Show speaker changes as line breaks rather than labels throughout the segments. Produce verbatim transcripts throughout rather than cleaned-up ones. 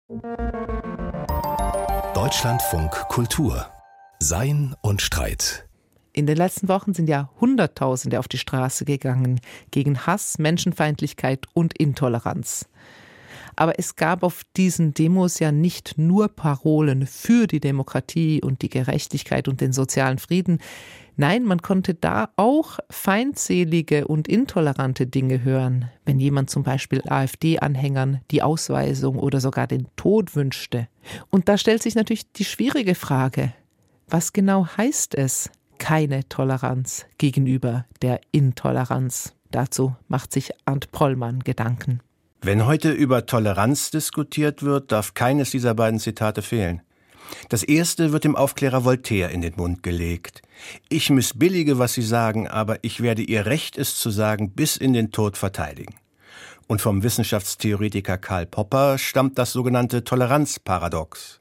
Deutschlandfunk Kultur. Sein und Streit.
In den letzten Wochen sind ja Hunderttausende auf die Straße gegangen gegen Hass, Menschenfeindlichkeit und Intoleranz. Aber es gab auf diesen Demos ja nicht nur Parolen für die Demokratie und die Gerechtigkeit und den sozialen Frieden. Nein, man konnte da auch feindselige und intolerante Dinge hören, wenn jemand zum Beispiel AfD-Anhängern die Ausweisung oder sogar den Tod wünschte. Und da stellt sich natürlich die schwierige Frage, was genau heißt es, keine Toleranz gegenüber der Intoleranz? Dazu macht sich Arndt Pollmann Gedanken.
Wenn heute über Toleranz diskutiert wird, darf keines dieser beiden Zitate fehlen. Das erste wird dem Aufklärer Voltaire in den Mund gelegt. Ich missbillige, was Sie sagen, aber ich werde Ihr Recht, es zu sagen, bis in den Tod verteidigen. Und vom Wissenschaftstheoretiker Karl Popper stammt das sogenannte Toleranzparadox.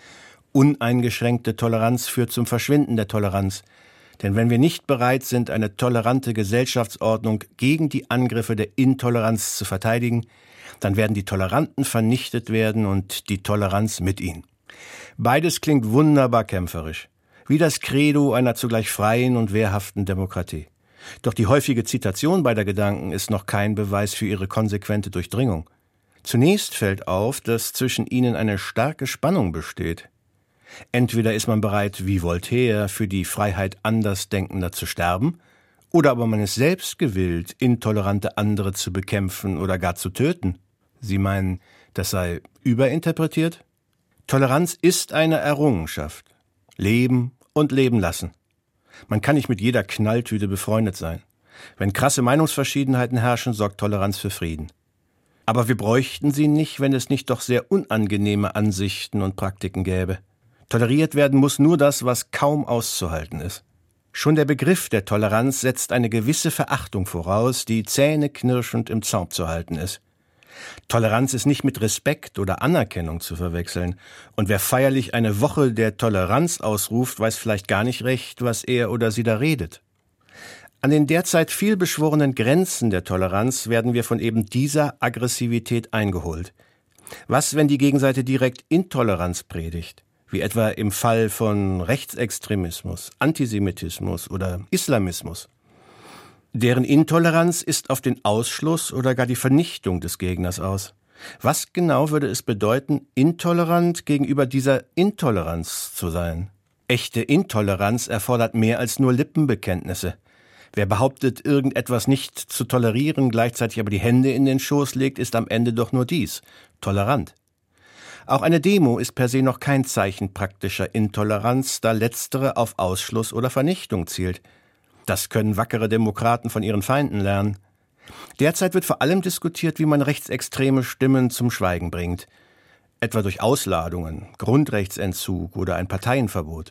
Uneingeschränkte Toleranz führt zum Verschwinden der Toleranz. Denn wenn wir nicht bereit sind, eine tolerante Gesellschaftsordnung gegen die Angriffe der Intoleranz zu verteidigen, dann werden die Toleranten vernichtet werden und die Toleranz mit ihnen. Beides klingt wunderbar kämpferisch, wie das Credo einer zugleich freien und wehrhaften Demokratie. Doch die häufige Zitation beider Gedanken ist noch kein Beweis für ihre konsequente Durchdringung. Zunächst fällt auf, dass zwischen ihnen eine starke Spannung besteht. Entweder ist man bereit, wie Voltaire, für die Freiheit Andersdenkender zu sterben, oder aber man ist selbst gewillt, intolerante andere zu bekämpfen oder gar zu töten. Sie meinen, das sei überinterpretiert? Toleranz ist eine Errungenschaft. Leben und leben lassen. Man kann nicht mit jeder Knalltüte befreundet sein. Wenn krasse Meinungsverschiedenheiten herrschen, sorgt Toleranz für Frieden. Aber wir bräuchten sie nicht, wenn es nicht doch sehr unangenehme Ansichten und Praktiken gäbe. Toleriert werden muss nur das, was kaum auszuhalten ist. Schon der Begriff der Toleranz setzt eine gewisse Verachtung voraus, die zähneknirschend im Zaum zu halten ist. Toleranz ist nicht mit Respekt oder Anerkennung zu verwechseln. Und wer feierlich eine Woche der Toleranz ausruft, weiß vielleicht gar nicht recht, was er oder sie da redet. An den derzeit vielbeschworenen Grenzen der Toleranz werden wir von eben dieser Aggressivität eingeholt. Was, wenn die Gegenseite direkt Intoleranz predigt? Wie etwa im Fall von Rechtsextremismus, Antisemitismus oder Islamismus. Deren Intoleranz ist auf den Ausschluss oder gar die Vernichtung des Gegners aus. Was genau würde es bedeuten, intolerant gegenüber dieser Intoleranz zu sein? Echte Intoleranz erfordert mehr als nur Lippenbekenntnisse. Wer behauptet, irgendetwas nicht zu tolerieren, gleichzeitig aber die Hände in den Schoß legt, ist am Ende doch nur dies: tolerant. Auch eine Demo ist per se noch kein Zeichen praktischer Intoleranz, da letztere auf Ausschluss oder Vernichtung zielt. Das können wackere Demokraten von ihren Feinden lernen. Derzeit wird vor allem diskutiert, wie man rechtsextreme Stimmen zum Schweigen bringt. Etwa durch Ausladungen, Grundrechtsentzug oder ein Parteienverbot.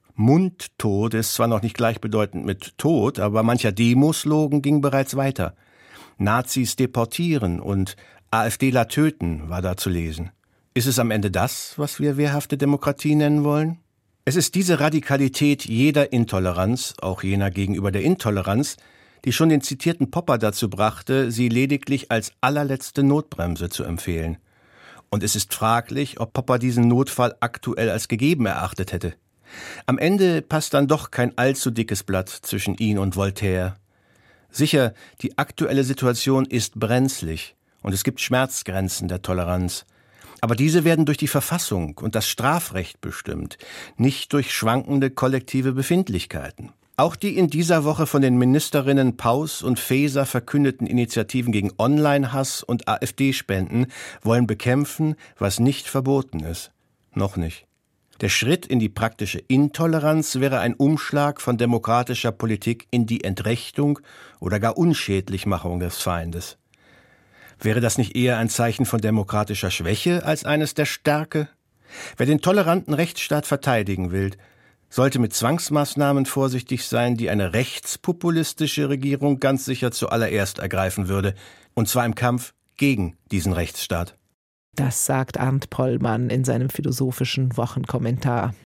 Mundtot ist zwar noch nicht gleichbedeutend mit Tod, aber mancher Demoslogan ging bereits weiter. Nazis deportieren und AfDler töten war da zu lesen. Ist es am Ende das, was wir wehrhafte Demokratie nennen wollen? Es ist diese Radikalität jeder Intoleranz, auch jener gegenüber der Intoleranz, die schon den zitierten Popper dazu brachte, sie lediglich als allerletzte Notbremse zu empfehlen. Und es ist fraglich, ob Popper diesen Notfall aktuell als gegeben erachtet hätte. Am Ende passt dann doch kein allzu dickes Blatt zwischen ihn und Voltaire. Sicher, die aktuelle Situation ist brenzlig und es gibt Schmerzgrenzen der Toleranz. Aber diese werden durch die Verfassung und das Strafrecht bestimmt, nicht durch schwankende kollektive Befindlichkeiten. Auch die in dieser Woche von den Ministerinnen Paus und Faeser verkündeten Initiativen gegen Online-Hass und AfD-Spenden wollen bekämpfen, was nicht verboten ist. Noch nicht. Der Schritt in die praktische Intoleranz wäre ein Umschlag von demokratischer Politik in die Entrechtung oder gar Unschädlichmachung des Feindes. Wäre das nicht eher ein Zeichen von demokratischer Schwäche als eines der Stärke? Wer den toleranten Rechtsstaat verteidigen will, sollte mit Zwangsmaßnahmen vorsichtig sein, die eine rechtspopulistische Regierung ganz sicher zuallererst ergreifen würde, und zwar im Kampf gegen diesen Rechtsstaat.
Das sagt Arndt Pollmann in seinem philosophischen Wochenkommentar.